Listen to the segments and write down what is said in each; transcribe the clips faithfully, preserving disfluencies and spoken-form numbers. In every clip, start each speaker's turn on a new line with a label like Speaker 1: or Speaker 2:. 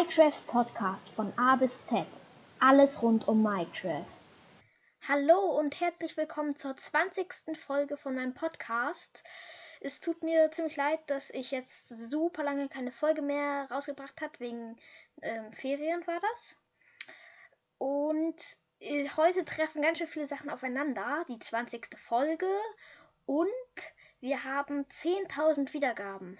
Speaker 1: Minecraft Podcast von A bis Z. Alles rund um Minecraft.
Speaker 2: Hallo und herzlich willkommen zur zwanzigsten Folge von meinem Podcast. Es tut mir ziemlich leid, dass ich jetzt super lange keine Folge mehr rausgebracht habe, wegen ähm, Ferien war das. Und äh, heute treffen ganz schön viele Sachen aufeinander, die zwanzigste Folge. Und wir haben zehntausend Wiedergaben.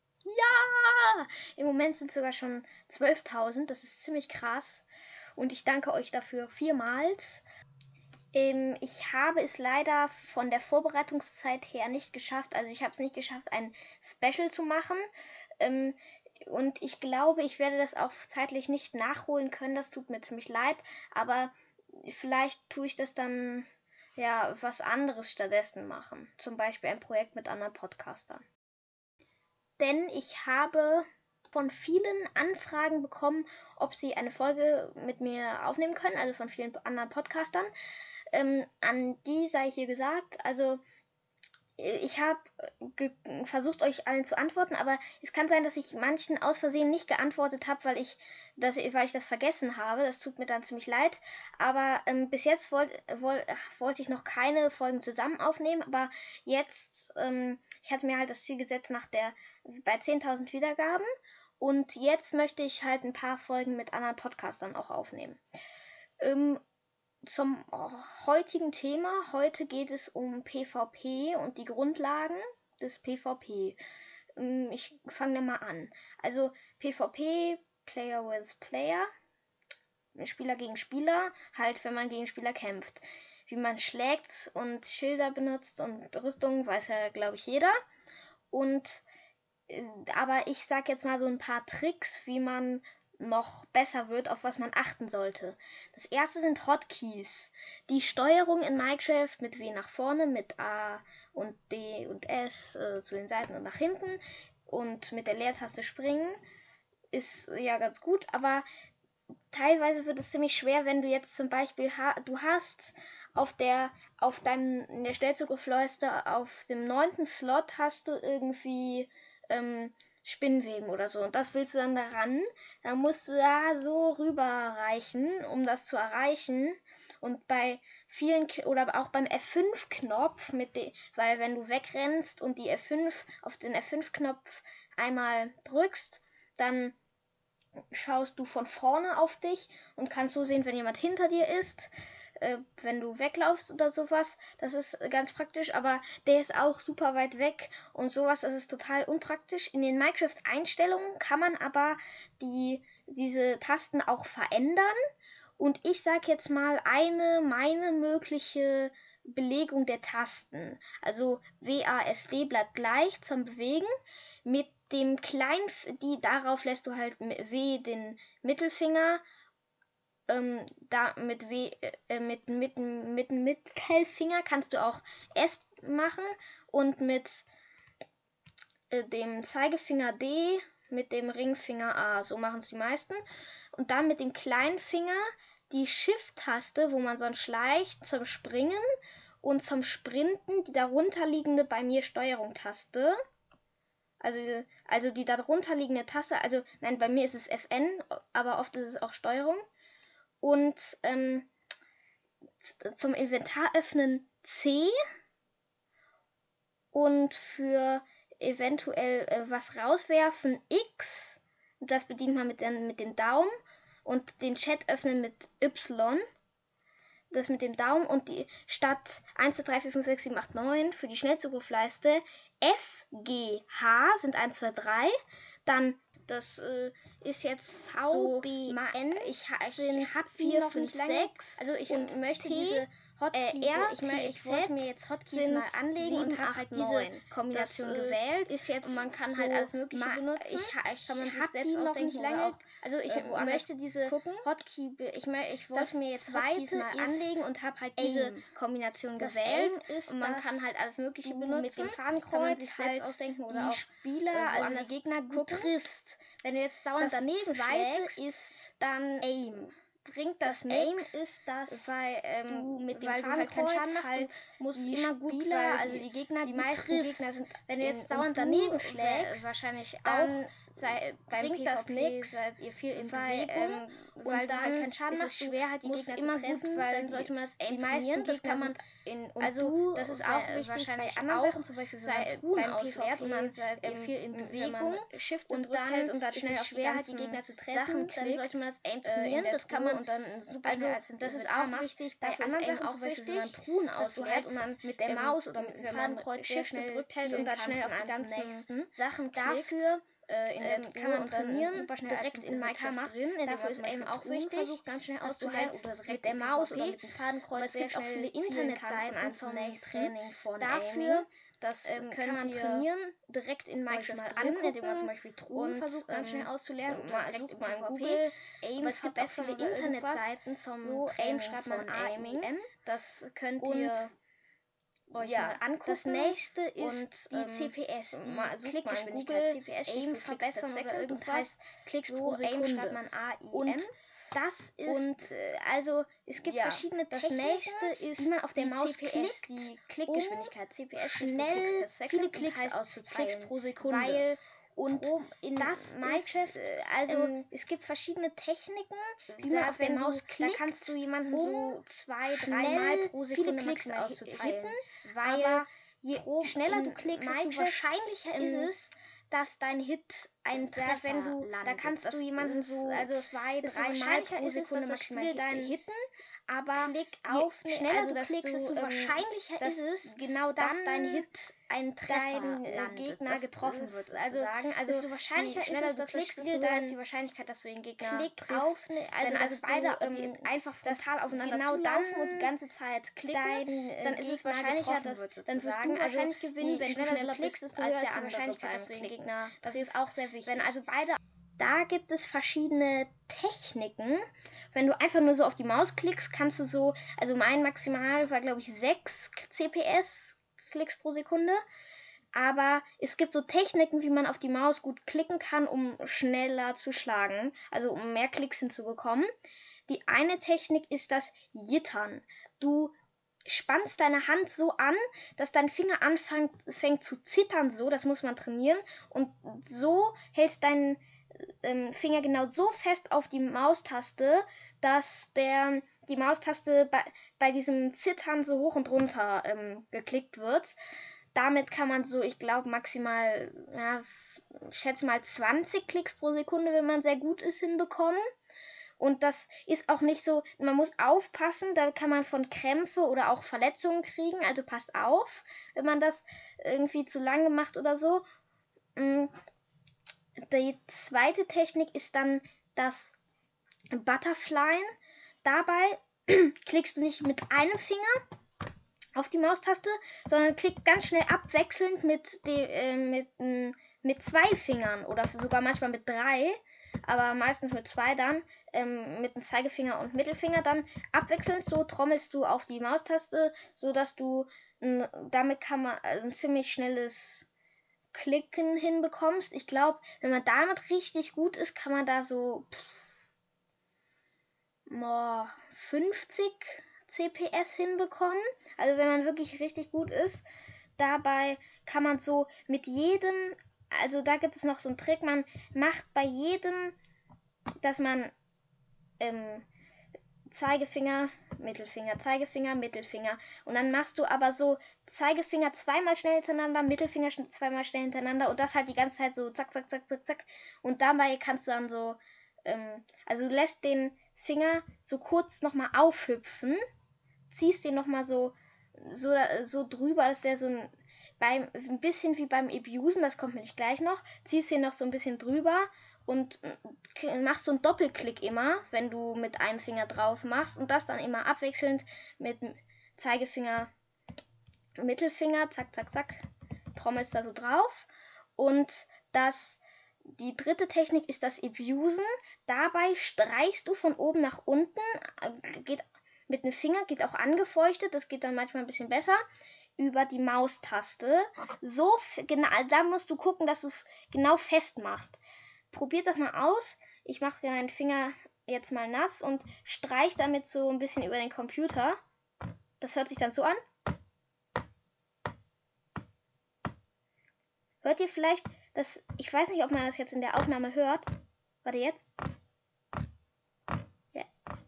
Speaker 2: Ja! Im Moment sind es sogar schon zwölftausend, das ist ziemlich krass. Und ich danke euch dafür vielmals. Ähm, ich habe es leider von der Vorbereitungszeit her nicht geschafft. Also ich habe es nicht geschafft, ein Special zu machen. Ähm, und ich glaube, ich werde das auch zeitlich nicht nachholen können. Das tut mir ziemlich leid. Aber vielleicht tue ich das dann, ja, was anderes stattdessen machen. Zum Beispiel ein Projekt mit anderen Podcastern. Denn ich habe von vielen Anfragen bekommen, ob sie eine Folge mit mir aufnehmen können, also von vielen anderen Podcastern. Ähm, an die sei hier gesagt, also ich habe ge- versucht, euch allen zu antworten, aber es kann sein, dass ich manchen aus Versehen nicht geantwortet habe, weil ich das, weil ich das vergessen habe. Das tut mir dann ziemlich leid. Aber ähm, bis jetzt wollte wollt, wollt ich noch keine Folgen zusammen aufnehmen, aber jetzt, ähm, ich hatte mir halt das Ziel gesetzt nach der, bei zehntausend Wiedergaben, und jetzt möchte ich halt ein paar Folgen mit anderen Podcastern auch aufnehmen. Ähm, Zum heutigen Thema. Heute geht es um PvP und die Grundlagen des PvP. Ich fange da mal an. Also PvP, Player with Player, Spieler gegen Spieler, halt wenn man gegen Spieler kämpft. Wie man schlägt und Schilder benutzt und Rüstung, weiß ja, glaube ich, jeder. Und äh, aber ich sag jetzt mal so ein paar Tricks, wie man noch besser wird, auf was man achten sollte. Das erste sind Hotkeys. Die Steuerung in Minecraft mit W nach vorne, mit A und D und S äh, zu den Seiten und nach hinten und mit der Leertaste springen ist ja ganz gut, aber teilweise wird es ziemlich schwer, wenn du jetzt zum Beispiel ha- du hast auf der auf deinem in der Schnellzugriffleiste auf dem neunten Slot hast du irgendwie ähm, Spinnweben oder so, und das willst du dann daran, dann musst du da so rüberreichen, um das zu erreichen. Und bei vielen oder auch beim F fünf Knopf, mit de, weil wenn du wegrennst und die F fünf auf den F fünf Knopf einmal drückst, dann schaust du von vorne auf dich und kannst so sehen, wenn jemand hinter dir ist, äh, wenn du weglaufst oder sowas. Das ist ganz praktisch, aber der ist auch super weit weg und sowas, das ist total unpraktisch. In den Minecraft-Einstellungen kann man aber die, diese Tasten auch verändern, und ich sag jetzt mal eine, meine mögliche Belegung der Tasten. Also W A S D bleibt gleich zum Bewegen. Mit dem kleinen, die darauf lässt du halt W den Mittelfinger, ähm, da mit W, äh, mit, mit, mit dem Mittelfinger kannst du auch S machen, und mit äh, dem Zeigefinger D, mit dem Ringfinger A. So machen es die meisten. Und dann mit dem kleinen Finger die Shift-Taste, wo man sonst schleicht, zum Springen, und zum Sprinten die darunterliegende, bei mir Steuerung-Taste. Also, also die darunterliegende Taste, also nein, bei mir ist es F N, aber oft ist es auch Steuerung. Und ähm, zum Inventar öffnen C, und für eventuell äh, was rauswerfen X. Das bedient man mit, den, mit dem Daumen, und den Chat öffnen mit Y. Das mit dem Daumen, und die statt eins, zwei, drei, vier, fünf, sechs, sieben, acht, neun für die Schnellzugriffleiste F, G, H sind eins, zwei, drei. Dann, das äh, ist jetzt V, so, B, N. Ich, ich habe vier, fünf, sechs. Also ich und möchte T, diese Hotkey, äh, R, ich, T, ich wollte mir jetzt Hotkeys mal anlegen sieben, und habe halt diese Kombination das, gewählt. Ist jetzt und man kann so halt alles Mögliche ma- benutzen. Ich, ich kann man sich selbst ausdenken oder auch, also ich äh, möchte diese gucken. Hotkey, ich, ich wollte mir jetzt Hotkeys mal anlegen und habe halt diese Aim. Kombination das gewählt. Ist, und man kann halt alles Mögliche benutzen. Mit dem Fadenkreuz kann man sich halt selbst ausdenken oder auch Spieler, äh, also die Gegner gut triffst. Wenn du jetzt dauernd das daneben schlägst, ist dann Aim. Bringt das, das Aim ist das, weil ähm, du mit dem Fadenkreuz halt keinen Schaden machst, halt musst immer gut, Spieler, also die Gegner, die meisten triffst. Gegner sind, wenn du jetzt dauernd daneben schlägst, wahrscheinlich dann auch sei, beim
Speaker 3: bringt
Speaker 2: P
Speaker 3: das
Speaker 2: V P
Speaker 3: nix,
Speaker 2: seid ihr viel in
Speaker 3: weil,
Speaker 2: Bewegung
Speaker 3: ähm,
Speaker 2: und
Speaker 3: weil du
Speaker 2: dann
Speaker 3: halt keinen Schaden
Speaker 2: ist
Speaker 3: machst.
Speaker 2: es schwer, halt die
Speaker 3: musst
Speaker 2: Gegner
Speaker 3: immer
Speaker 2: zu treffen,
Speaker 3: gut, weil
Speaker 2: dann
Speaker 3: die-
Speaker 2: sollte man das
Speaker 3: die
Speaker 2: Aim
Speaker 3: meisten
Speaker 2: trainieren, das
Speaker 3: Gegner
Speaker 2: kann man
Speaker 3: sind
Speaker 2: in,
Speaker 3: und
Speaker 2: also
Speaker 3: du
Speaker 2: das ist auch
Speaker 3: wa-
Speaker 2: wichtig,
Speaker 3: wahrscheinlich
Speaker 2: bei anderen
Speaker 3: auch,
Speaker 2: Sachen, zum Beispiel wenn
Speaker 3: sei
Speaker 2: man Truhen
Speaker 3: beim
Speaker 2: ausleert
Speaker 3: PvP
Speaker 2: und man
Speaker 3: seid
Speaker 2: ähm,
Speaker 3: ihr
Speaker 2: viel in
Speaker 3: wenn
Speaker 2: Bewegung
Speaker 3: man Shift
Speaker 2: und
Speaker 3: gedrückt
Speaker 2: dann
Speaker 3: hält und dann
Speaker 2: ist
Speaker 3: schnell
Speaker 2: es
Speaker 3: auf die
Speaker 2: schwer, halt die
Speaker 3: ganzen
Speaker 2: Gegner zu treffen,
Speaker 3: Sachen
Speaker 2: dann
Speaker 3: klickt,
Speaker 2: sollte man das Aim
Speaker 3: äh, in
Speaker 2: trainieren,
Speaker 3: der
Speaker 2: das kann
Speaker 3: Truhe
Speaker 2: man
Speaker 3: und dann super
Speaker 2: also
Speaker 3: schnell als
Speaker 2: das ist
Speaker 3: Inventar
Speaker 2: auch
Speaker 3: macht.
Speaker 2: wichtig, bei
Speaker 3: Dafür ist
Speaker 2: anderen
Speaker 3: Aim
Speaker 2: Sachen
Speaker 3: auch
Speaker 2: zum Beispiel, wenn man
Speaker 3: wichtig,
Speaker 2: Truhen
Speaker 3: dass du
Speaker 2: ausleert
Speaker 3: halt
Speaker 2: und man
Speaker 3: mit der
Speaker 2: ähm,
Speaker 3: Maus oder mit dem
Speaker 2: wenn man
Speaker 3: Fadenkreuz sehr
Speaker 2: Shift
Speaker 3: schnell
Speaker 2: gedrückt hält
Speaker 3: zielen
Speaker 2: und dann
Speaker 3: kann
Speaker 2: schnell
Speaker 3: von
Speaker 2: auf die
Speaker 3: einem zum
Speaker 2: ganzen
Speaker 3: nächsten.
Speaker 2: Sachen
Speaker 3: Dafür
Speaker 2: dafür
Speaker 3: äh, in der
Speaker 2: ähm,
Speaker 3: Truhe
Speaker 2: kann man
Speaker 3: und dann
Speaker 2: trainieren,
Speaker 3: super schnell als
Speaker 2: direkt in
Speaker 3: Inventar
Speaker 2: Minecraft
Speaker 3: macht.
Speaker 2: drin, indem
Speaker 3: Dafür
Speaker 2: man
Speaker 3: ist
Speaker 2: zum
Speaker 3: Aim
Speaker 2: Beispiel
Speaker 3: auch
Speaker 2: Truhen
Speaker 3: wichtig,
Speaker 2: versucht ganz schnell
Speaker 3: dass du
Speaker 2: auszuleeren
Speaker 3: halt
Speaker 2: oder direkt
Speaker 3: mit der
Speaker 2: im
Speaker 3: Maus oder
Speaker 2: PvP.
Speaker 3: mit dem Fadenkreuz
Speaker 2: Aber es
Speaker 3: sehr
Speaker 2: gibt auch
Speaker 3: schnell
Speaker 2: viele
Speaker 3: zielen kann von
Speaker 2: Internetseiten
Speaker 3: einem
Speaker 2: zum
Speaker 3: zum nächsten.
Speaker 2: Training von
Speaker 3: Dafür,
Speaker 2: Aiming.
Speaker 3: das
Speaker 2: Ähm,
Speaker 3: könnt
Speaker 2: kann man
Speaker 3: ihr
Speaker 2: trainieren, direkt in
Speaker 3: euch
Speaker 2: Minecraft
Speaker 3: mal
Speaker 2: drin, indem man zum
Speaker 3: angucken
Speaker 2: Beispiel Truhen
Speaker 3: und
Speaker 2: versucht ganz schnell
Speaker 3: ähm,
Speaker 2: auszulernen oder
Speaker 3: mal,
Speaker 2: direkt
Speaker 3: sucht
Speaker 2: im
Speaker 3: mal in
Speaker 2: PvP.
Speaker 3: Google Aim
Speaker 2: Aber es gibt auch
Speaker 3: verbessern
Speaker 2: viele
Speaker 3: oder irgendwas.
Speaker 2: Internetseiten zum
Speaker 3: So,
Speaker 2: Training
Speaker 3: Aim schreibt man
Speaker 2: von
Speaker 3: A I
Speaker 2: Aiming.
Speaker 3: M.
Speaker 2: Das könnt
Speaker 3: Und
Speaker 2: ihr euch
Speaker 3: ja,
Speaker 2: mal angucken.
Speaker 3: das nächste
Speaker 2: Und
Speaker 3: ist
Speaker 2: die
Speaker 3: ähm,
Speaker 2: C P S, die
Speaker 3: mal, sucht
Speaker 2: Klickgeschwindigkeit.
Speaker 3: mal in
Speaker 2: C P S
Speaker 3: Google,
Speaker 2: steht
Speaker 3: Aim
Speaker 2: für Klicks per
Speaker 3: verbessern oder
Speaker 2: Second und
Speaker 3: irgendwas.
Speaker 2: heißt Klicks
Speaker 3: So,
Speaker 2: pro
Speaker 3: Aim
Speaker 2: Sekunde.
Speaker 3: schreibt man A I M.
Speaker 2: Und das ist,
Speaker 3: Und,
Speaker 2: äh, also es gibt
Speaker 3: ja,
Speaker 2: verschiedene
Speaker 3: das
Speaker 2: Techniken,
Speaker 3: nächste ist
Speaker 2: wie man auf der
Speaker 3: die
Speaker 2: Maus
Speaker 3: C P S,
Speaker 2: klickt,
Speaker 3: die Klickgeschwindigkeit. C P S steht für
Speaker 2: schnell
Speaker 3: Klicks per Second
Speaker 2: viele
Speaker 3: und
Speaker 2: Klicks
Speaker 3: heißt
Speaker 2: auszuteilen.
Speaker 3: Klicks pro Sekunde.
Speaker 2: Weil und
Speaker 3: Pro, in
Speaker 2: das
Speaker 3: Minecraft,
Speaker 2: ist, äh, also
Speaker 3: ähm,
Speaker 2: es gibt verschiedene Techniken, wie
Speaker 3: da,
Speaker 2: man auf der
Speaker 3: wenn du-
Speaker 2: Maus klickt,
Speaker 3: da kannst du jemanden
Speaker 2: um
Speaker 3: so zwei,
Speaker 2: schnell
Speaker 3: dreimal pro
Speaker 2: viele
Speaker 3: Sekunde
Speaker 2: Klicks
Speaker 3: maximal
Speaker 2: auszuteilen.
Speaker 3: auszuteilen.
Speaker 2: Weil
Speaker 3: Aber
Speaker 2: je
Speaker 3: pro-
Speaker 2: schneller
Speaker 3: in
Speaker 2: du klickst, desto
Speaker 3: Minecraft,
Speaker 2: wahrscheinlicher
Speaker 3: ähm,
Speaker 2: ist es, dass dein Hit ein
Speaker 3: da,
Speaker 2: Treffer
Speaker 3: wenn du,
Speaker 2: landet.
Speaker 3: da kannst
Speaker 2: Das
Speaker 3: du jemanden
Speaker 2: ist,
Speaker 3: so
Speaker 2: also
Speaker 3: zwei,
Speaker 2: desto
Speaker 3: dreimal
Speaker 2: wahrscheinlicher
Speaker 3: pro
Speaker 2: ist es,
Speaker 3: Sekunde
Speaker 2: dass das
Speaker 3: maximal
Speaker 2: Spiel
Speaker 3: hit-
Speaker 2: deinen
Speaker 3: hitten, aber
Speaker 2: Klick
Speaker 3: je
Speaker 2: auf,
Speaker 3: schneller
Speaker 2: also
Speaker 3: du
Speaker 2: dass
Speaker 3: klickst,
Speaker 2: du,
Speaker 3: desto
Speaker 2: ähm,
Speaker 3: wahrscheinlicher
Speaker 2: dass
Speaker 3: ist es,
Speaker 2: genau
Speaker 3: dass
Speaker 2: dann
Speaker 3: dein Hit
Speaker 2: ein Treffer
Speaker 3: dein äh,
Speaker 2: landet.
Speaker 3: Gegner
Speaker 2: Das
Speaker 3: getroffen
Speaker 2: ist,
Speaker 3: wird,
Speaker 2: also
Speaker 3: sozusagen. Also,
Speaker 2: desto wahrscheinlicher
Speaker 3: je schneller
Speaker 2: ist es,
Speaker 3: du
Speaker 2: dass das
Speaker 3: klickst,
Speaker 2: Spiel
Speaker 3: desto höher ist
Speaker 2: dein
Speaker 3: die Wahrscheinlichkeit, dass du den Gegner
Speaker 2: Klick
Speaker 3: triffst.
Speaker 2: auf, ne, also
Speaker 3: Wenn
Speaker 2: dass
Speaker 3: also
Speaker 2: beide
Speaker 3: du, ähm,
Speaker 2: die einfach
Speaker 3: dass
Speaker 2: frontal aufeinander
Speaker 3: genau
Speaker 2: zulaufen
Speaker 3: dann
Speaker 2: und die ganze Zeit klicken,
Speaker 3: dein äh,
Speaker 2: dann ist es
Speaker 3: Gegner
Speaker 2: wahrscheinlicher,
Speaker 3: getroffen
Speaker 2: dass
Speaker 3: wird,
Speaker 2: dann wirst du
Speaker 3: sozusagen.
Speaker 2: wahrscheinlich
Speaker 3: Also,
Speaker 2: gewinnen,
Speaker 3: je
Speaker 2: wenn du
Speaker 3: schneller
Speaker 2: schneller
Speaker 3: du klickst,
Speaker 2: klickst,
Speaker 3: desto
Speaker 2: als
Speaker 3: höher
Speaker 2: der
Speaker 3: ist die
Speaker 2: andere
Speaker 3: Wahrscheinlichkeit,
Speaker 2: beim
Speaker 3: dass du den
Speaker 2: Klicken.
Speaker 3: Gegner
Speaker 2: Das
Speaker 3: triffst.
Speaker 2: ist auch sehr wichtig.
Speaker 3: Wenn also beide
Speaker 2: Da gibt es verschiedene Techniken. Wenn du einfach nur so auf die Maus klickst, kannst du so, also mein Maximal war glaube ich sechs C P S Klicks pro Sekunde. Aber es gibt so Techniken, wie man auf die Maus gut klicken kann, um schneller zu schlagen, also um mehr Klicks hinzubekommen. Die eine Technik ist das Jittern. Du spannst deine Hand so an, dass dein Finger anfängt fängt zu zittern, so, das muss man trainieren. Und so hältst deinen ähm, Finger genau so fest auf die Maustaste, dass der, die Maustaste bei, bei diesem Zittern so hoch und runter ähm, geklickt wird. Damit kann man so, ich glaube, maximal, ja, schätze mal zwanzig Klicks pro Sekunde, wenn man sehr gut ist, hinbekommen. Und das ist auch nicht so, man muss aufpassen, da kann man von Krämpfe oder auch Verletzungen kriegen, also passt auf, wenn man das irgendwie zu lange macht oder so. Die zweite Technik ist dann das Butterflyen. Dabei klickst du nicht mit einem Finger auf die Maustaste, sondern klick ganz schnell abwechselnd mit, de, äh, mit, m, mit zwei Fingern oder sogar manchmal mit drei, aber meistens mit zwei dann, ähm, mit dem Zeigefinger und Mittelfinger dann abwechselnd, so trommelst du auf die Maustaste, sodass du, m, damit kann man ein ziemlich schnelles Klicken hinbekommst. Ich glaube, wenn man damit richtig gut ist, kann man da so pff, oh, fünfzig C P S hinbekommen. Also wenn man wirklich richtig gut ist. Dabei kann man so mit jedem, also da gibt es noch so einen Trick, man macht bei jedem, dass man ähm, Zeigefinger, Mittelfinger, Zeigefinger, Mittelfinger. Und dann machst du aber so Zeigefinger zweimal schnell hintereinander, Mittelfinger zweimal schnell hintereinander und das halt die ganze Zeit so zack, zack, zack, zack, zack. Und dabei kannst du dann so, ähm, also du lässt den Finger so kurz nochmal aufhüpfen, ziehst den nochmal so, so, so drüber, dass der so ein, beim, ein bisschen wie beim Abusen, das kommt mir nicht gleich noch, ziehst den noch so ein bisschen drüber und machst so einen Doppelklick immer, wenn du mit einem Finger drauf machst und das dann immer abwechselnd mit Zeigefinger, Mittelfinger, zack, zack, zack, trommelst da so drauf. Und das, die dritte Technik ist das Abusen. Dabei streichst du von oben nach unten, geht mit einem Finger, geht auch angefeuchtet, das geht dann manchmal ein bisschen besser, über die Maustaste. So, genau, da musst du gucken, dass du es genau festmachst. Probiert das mal aus. Ich mache meinen Finger jetzt mal nass und streich damit so ein bisschen über den Computer. Das hört sich dann so an. Hört ihr vielleicht, das, ich weiß nicht, ob man das jetzt in der Aufnahme hört. Warte jetzt. Ja.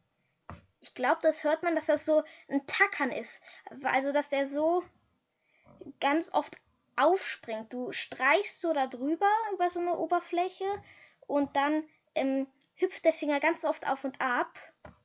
Speaker 2: Ich glaube, das hört man, dass das so ein Tackern ist. Also, dass der so ganz oft aufspringt. Du streichst so da drüber über so eine Oberfläche und dann ähm, hüpft der Finger ganz oft auf und ab.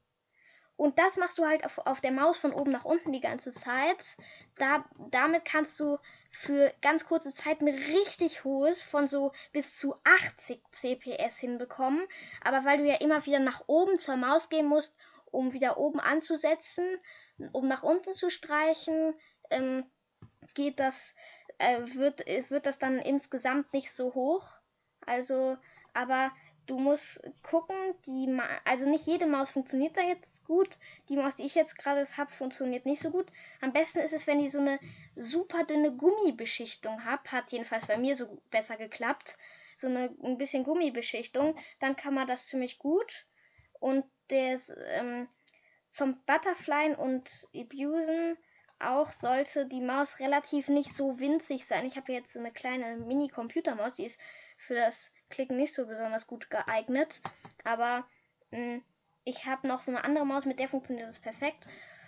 Speaker 2: Und das machst du halt auf, auf der Maus von oben nach unten die ganze Zeit. Da, damit kannst du für ganz kurze Zeit ein richtig hohes von so bis zu achtzig C P S hinbekommen. Aber weil du ja immer wieder nach oben zur Maus gehen musst, um wieder oben anzusetzen, um nach unten zu streichen, ähm, geht das, äh, wird, wird das dann insgesamt nicht so hoch. Also, aber du musst gucken, die Ma- also nicht jede Maus funktioniert da jetzt gut. Die Maus, die ich jetzt gerade habe, funktioniert nicht so gut. Am besten ist es, wenn die so eine super dünne Gummibeschichtung hat. Hat jedenfalls bei mir so besser geklappt. So eine ein bisschen Gummibeschichtung. Dann kann man das ziemlich gut. Und das, ähm, zum Butterflyen und Abusen auch sollte die Maus relativ nicht so winzig sein. Ich habe jetzt eine kleine Mini-Computermaus, die ist für das Klicken nicht so besonders gut geeignet. Aber mh, ich habe noch so eine andere Maus, mit der funktioniert das perfekt.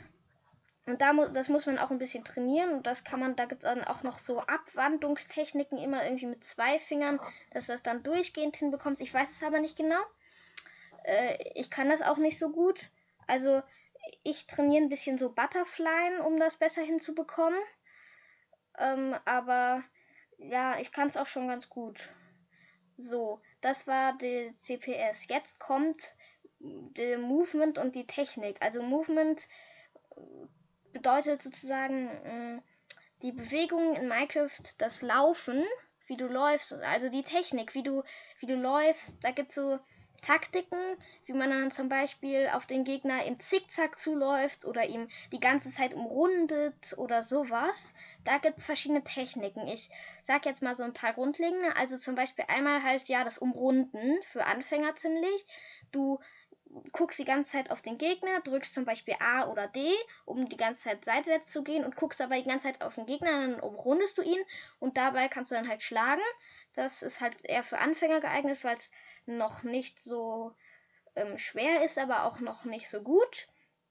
Speaker 2: Und da mu- das muss man auch ein bisschen trainieren. Und das kann man, da gibt es dann auch noch so Abwandlungstechniken, immer irgendwie mit zwei Fingern, dass du das dann durchgehend hinbekommst. Ich weiß es aber nicht genau. Äh, ich kann das auch nicht so gut. Also ich trainiere ein bisschen so Butterflyen, um das besser hinzubekommen. Ähm, aber ja, ich kann es auch schon ganz gut. So, das war der C P S. Jetzt kommt der Movement und die Technik. Also Movement bedeutet sozusagen mh, die Bewegung in Minecraft, das Laufen, wie du läufst, also die Technik, wie du, wie du läufst. Da gibt es so Taktiken, wie man dann zum Beispiel auf den Gegner im Zickzack zuläuft oder ihm die ganze Zeit umrundet oder sowas. Da gibt es verschiedene Techniken. Ich sag jetzt mal so ein paar grundlegende. Also zum Beispiel einmal halt ja das Umrunden für Anfänger ziemlich. Du guckst die ganze Zeit auf den Gegner, drückst zum Beispiel A oder D, um die ganze Zeit seitwärts zu gehen und guckst aber die ganze Zeit auf den Gegner, dann umrundest du ihn und dabei kannst du dann halt schlagen. Das ist halt eher für Anfänger geeignet, weil es noch nicht so ähm, schwer ist, aber auch noch nicht so gut.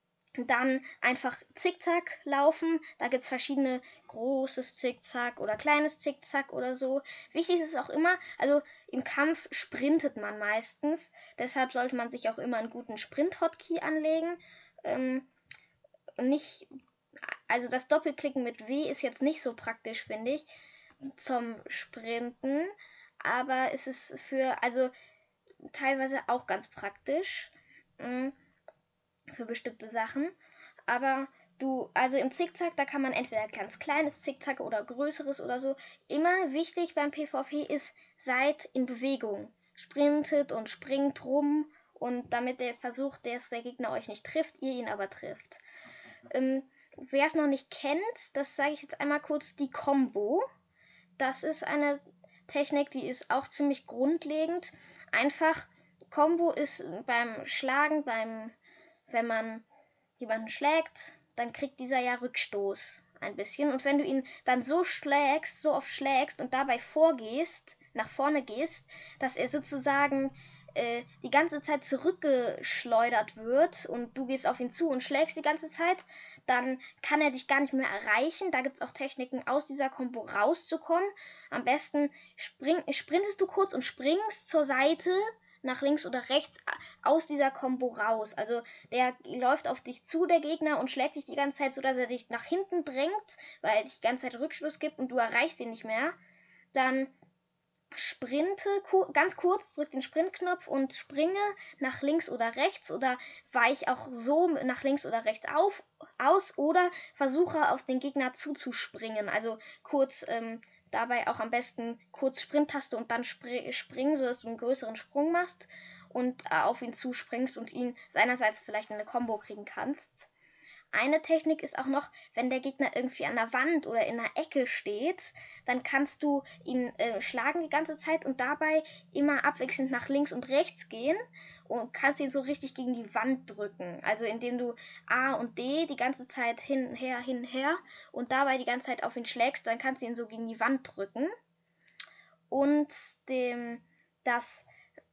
Speaker 2: Dann einfach Zickzack laufen. Da gibt es verschiedene großes Zickzack oder kleines Zickzack oder so. Wichtig ist auch immer, also im Kampf sprintet man meistens. Deshalb sollte man sich auch immer einen guten Sprint-Hotkey anlegen. Ähm, nicht, also das Doppelklicken mit W ist jetzt nicht so praktisch, finde ich, zum Sprinten. Aber es ist für, also teilweise auch ganz praktisch. Mh, für bestimmte Sachen. Aber du, also im Zickzack, da kann man entweder ganz kleines Zickzack oder größeres oder so. Immer wichtig beim PvP ist, seid in Bewegung. Sprintet und springt rum und damit der versucht, dass der Gegner euch nicht trifft, ihr ihn aber trifft. Ähm, Wer es noch nicht kennt, das sage ich jetzt einmal kurz, die Combo. Das ist eine Technik, die ist auch ziemlich grundlegend. Einfach, Combo ist beim Schlagen, beim wenn man jemanden schlägt, dann kriegt dieser ja Rückstoß ein bisschen. Und wenn du ihn dann so schlägst, so oft schlägst und dabei vorgehst, nach vorne gehst, dass er sozusagen äh, die ganze Zeit zurückgeschleudert wird und du gehst auf ihn zu und schlägst die ganze Zeit, dann kann er dich gar nicht mehr erreichen. Da gibt es auch Techniken, aus dieser Combo rauszukommen. Am besten spring, sprintest du kurz und springst zur Seite, nach links oder rechts aus dieser Combo raus. Also der läuft auf dich zu, der Gegner, und schlägt dich die ganze Zeit so, dass er dich nach hinten drängt, weil er dich die ganze Zeit Rückschluss gibt und du erreichst ihn nicht mehr. Dann sprinte ku- ganz kurz, drück den Sprintknopf und springe nach links oder rechts oder weich auch so nach links oder rechts auf, aus oder versuche auf den Gegner zuzuspringen. Also kurz ähm, dabei auch am besten kurz Sprint-Taste und dann spr- springen, sodass du einen größeren Sprung machst und äh, auf ihn zuspringst und ihn seinerseits vielleicht in eine Combo kriegen kannst. Eine Technik ist auch noch, wenn der Gegner irgendwie an der Wand oder in einer Ecke steht, dann kannst du ihn äh, schlagen die ganze Zeit und dabei immer abwechselnd nach links und rechts gehen und kannst ihn so richtig gegen die Wand drücken. Also indem du A und D die ganze Zeit hin, her, hin, her und dabei die ganze Zeit auf ihn schlägst, dann kannst du ihn so gegen die Wand drücken. und dem das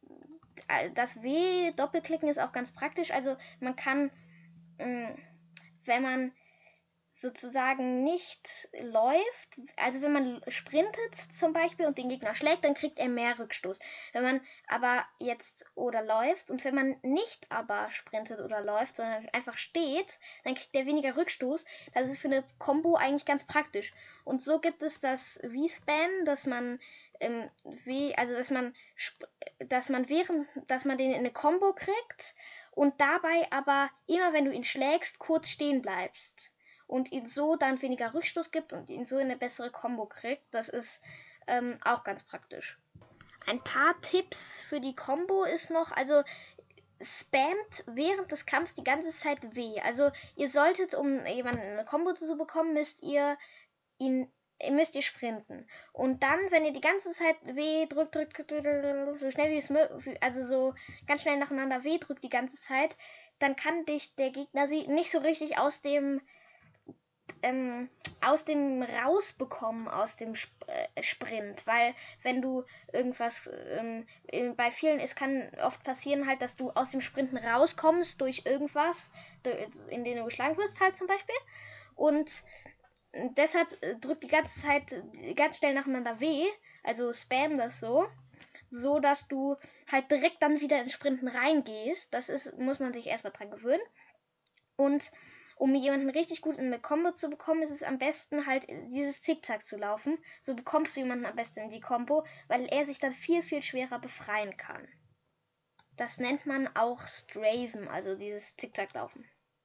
Speaker 2: das W doppelklicken ist auch ganz praktisch. Also man kann, mh, wenn man sozusagen nicht läuft, also wenn man sprintet zum Beispiel und den Gegner schlägt, dann kriegt er mehr Rückstoß. Wenn man aber jetzt oder läuft und wenn man nicht aber sprintet oder läuft, sondern einfach steht, dann kriegt er weniger Rückstoß. Das ist für eine Combo eigentlich ganz praktisch. Und so gibt es das V-Spam, dass man ähm, wie, also dass man dass man während, dass man den in eine Combo kriegt und dabei aber immer, wenn du ihn schlägst, kurz stehen bleibst. Und ihn so dann weniger Rückstoß gibt und ihn so in eine bessere Combo kriegt. Das ist ähm, auch ganz praktisch. Ein paar Tipps für die Combo ist noch, also spammt während des Kampfs die ganze Zeit W. Also ihr solltet, um jemanden in eine Combo zu bekommen, müsst ihr ihn müsst ihr sprinten. Und dann, wenn ihr die ganze Zeit W drückt, drückt, drückt, drückt so schnell wie es möglich, also so ganz schnell nacheinander W drückt die ganze Zeit, dann kann dich der Gegner sie nicht so richtig aus dem Ähm, aus dem rausbekommen, aus dem Sp- äh, Sprint, weil wenn du irgendwas, ähm, in, bei vielen, es kann oft passieren halt, dass du aus dem Sprinten rauskommst durch irgendwas, in den du geschlagen wirst halt zum Beispiel und deshalb äh, drückt die ganze Zeit äh, ganz schnell nacheinander W, also spam das so, so dass du halt direkt dann wieder ins Sprinten reingehst, das ist, muss man sich erstmal dran gewöhnen und um jemanden richtig gut in eine Combo zu bekommen, ist es am besten halt dieses Zickzack zu laufen. So bekommst du jemanden am besten in die Combo, weil er sich dann viel, viel schwerer befreien kann. Das nennt man auch Straven, also dieses Zickzacklaufen.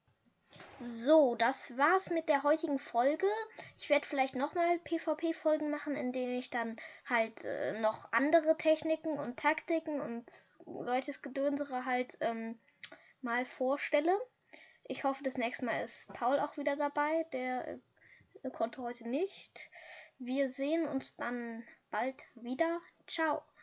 Speaker 2: So, das war's mit der heutigen Folge. Ich werde vielleicht nochmal PvP-Folgen machen, in denen ich dann halt äh, noch andere Techniken und Taktiken und solches Gedönsere halt ähm, mal vorstelle. Ich hoffe, das nächste Mal ist Paul auch wieder dabei. Der äh, konnte heute nicht. Wir sehen uns dann bald wieder. Ciao.